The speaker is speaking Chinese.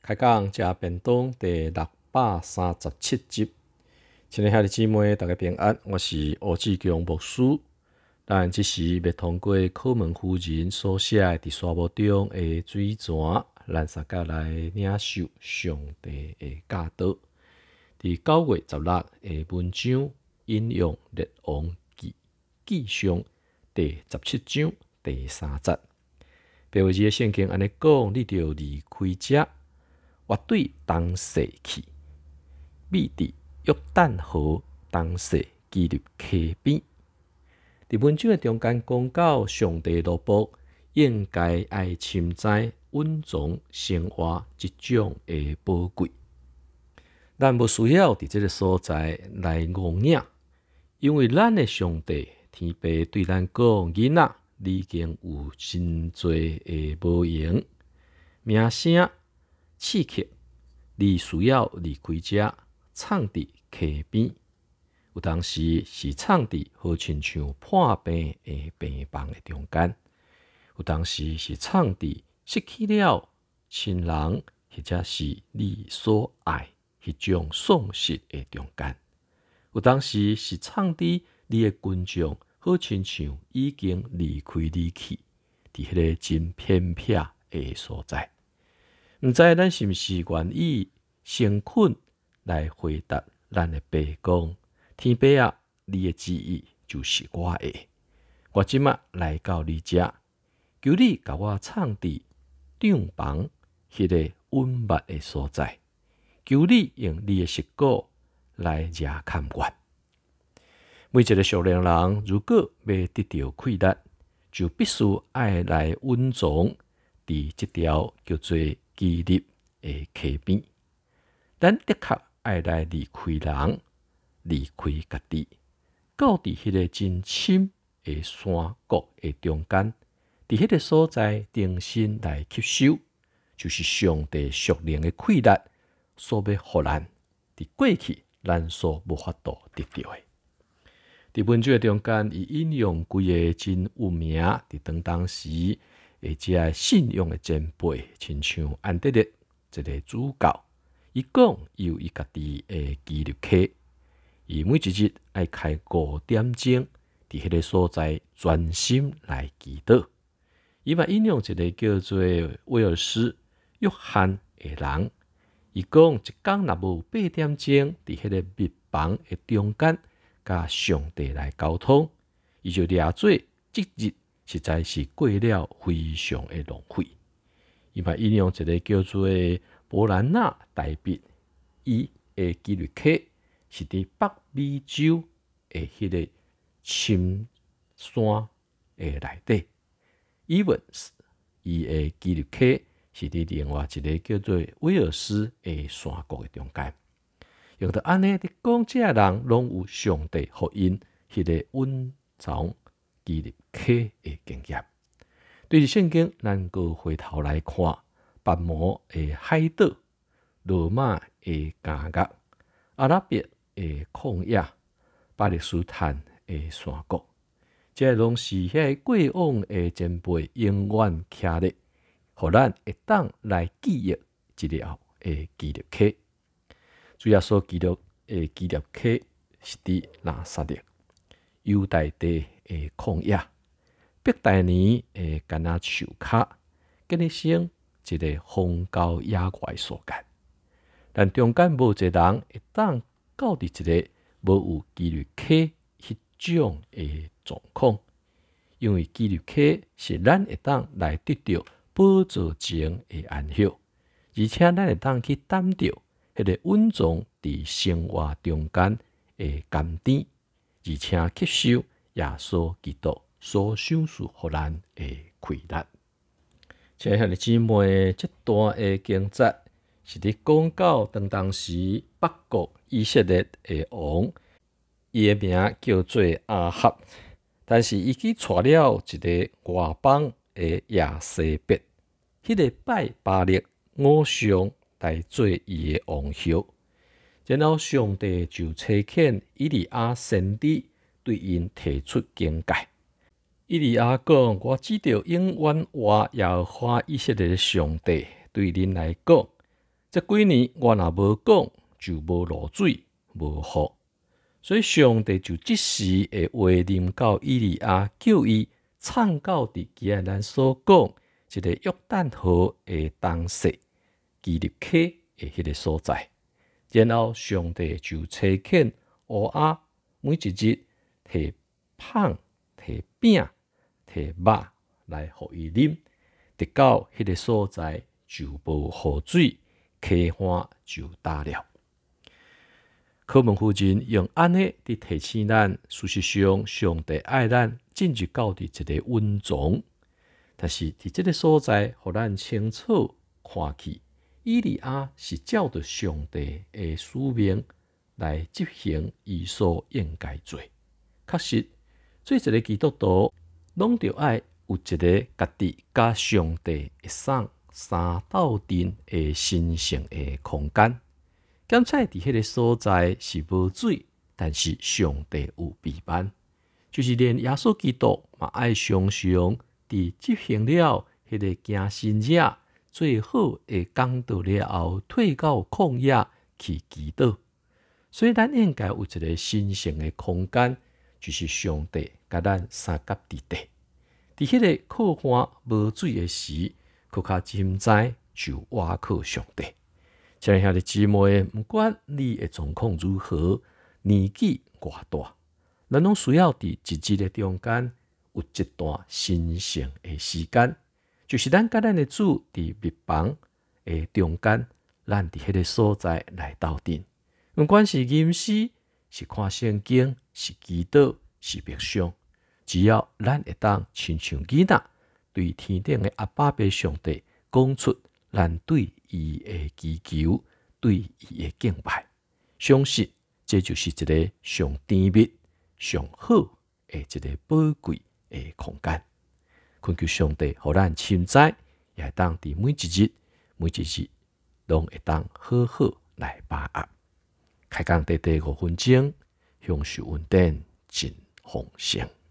开讲食便当第637集。亲爱兄弟姊妹，大家平安，我是吴志强牧师。咱这时要通过考门夫人所写的伫沙漠中的水泉，咱三甲来领受上帝的教导。伫9月16的文章引用列王记上第17章第3节。白话字的圣经安尼讲：你着离开这，我对东西去，秘伫约旦河东西基立溪边。伫文章的中间讲到，上帝罗卜应该爱深知稳重生活这种的宝贵。咱无需要伫这个所在来误领，因为咱的上帝天父对咱讲：囡仔，你已经有真多的无用、名声、刺激，你需要离开这，藏伫溪边。有当时是藏伫好亲像破病的病房的中间，有当时是藏伫失去了亲人或者是你所爱迄种丧失的中间，有当时是藏伫你的群众好亲像已经离开你去，伫迄个真偏僻的所在。毋知咱是毋是愿意诚恳来回答咱的爸讲：天父啊，你的旨意就是我的，我即马来到你遮，求你甲我藏伫帐房迄个温密的所在，求你用你的舌骨来遮看我。每一个属灵人，如果要得到快乐，就必须爱来稳重伫这条叫做基立的溪边。咱的确爱来离开人，离开家己，到伫迄个真深的山谷的中间，伫迄个所在定心来吸收，就是上帝属灵的快乐所要互咱伫过去咱所无法度得到的。伫文章中间，伊引用几个真有名伫当时或者信仰的前辈，亲像安德烈一个主教，伊讲伊有伊家己的基立溪，伊每一日爱开5点钟，伫迄个所在专心来祈祷。伊嘛引用一个叫做威尔斯约翰的人，伊讲一天若无8点钟伫迄个密房的中间，甲上帝来沟通，伊就掠做即日实在是过了非常的浪费。伊嘛引用一个叫做波兰纳大毕，伊的基立溪是伫北美洲的迄个深山的内底。伊文斯伊的基立溪是伫另外一个叫做威尔斯的山谷的中间。用到安尼伫讲，这人拢有上帝福音迄个稳重基立溪的经验。对着圣经，咱个回头来看，拔摩的海岛、罗马的监狱、阿拉伯的旷野、巴勒斯坦的山谷，这拢是遐过往的前辈永远徛咧，互咱会当来记忆一条的基立溪。主要所记录的基立溪是伫拿撒勒、犹大地的旷野、伯大尼的橄榄树骹，建立成一个荒郊野外所在。但中间无一个人会当到伫一个无有基立溪迄种的状况，因为基立溪是咱会当来得到宝座前的安息，而且咱会当去担着迄个稳重伫生活中间的甘甜，而且吸收耶稣基督所赏赐予咱的快乐。亲爱的姊妹，这段的经节是伫讲到当时北国以色列的王，伊的名叫做亚哈，但是伊去娶了一个外邦的亚西别，迄个拜巴力偶像来做伊的王后。然后上帝就差遣以利亚先知对因提出警戒。以利亚讲：我指着永远活耶和华以色列的上帝对恁来讲， 这几年我若无讲，就无露水，无雨。所以上帝就即时会话临到以利亚，叫伊参到伫今日咱所讲一个约旦河的东势基立溪的迄个所在。然后上帝就差遣乌鸦，每一日摕棒、摕饼、摕肉来互伊啉，直到迄个所在就无雨水，溪岸就干了。考门夫人用安尼伫提醒咱，事实上上帝爱咱进入到伫一个温床，但是伫即个所在，互咱清楚看去，以利亚是照着上帝的使命来执行伊所应该做。确实，做一个基督徒，拢着爱有一个家己甲上帝一送三斗阵的神圣的空间。检测伫迄个所在是无水，但是上帝有备办，就是连耶稣基督嘛爱常常伫执行了迄个行神者最好的讲道了后，退到旷野去祈祷。所以咱应该有一个神圣的空间，就是上帝甲咱三甲伫地。伫迄个靠岸无水的时，更较真知就倚靠上帝。亲爱兄弟姊妹，不管你的状况如何，年纪偌大，咱拢需要伫一日的中间有一段神圣的时间，就是咱甲咱的主伫密房的中间，咱伫迄个所在来斗阵。不管是吟诗，是看圣经，是祈祷，是默想，只要咱会当亲像囡仔，对天顶的阿爸爸上帝讲出咱对伊的祈求，对伊的敬拜，相信这就是一个上甜蜜、上好的一个宝贵的空间。恳求上帝，互咱深知，也会当伫每一日、每一日，拢会当好好来把握。开讲短短5分钟，享受稳定真丰盛。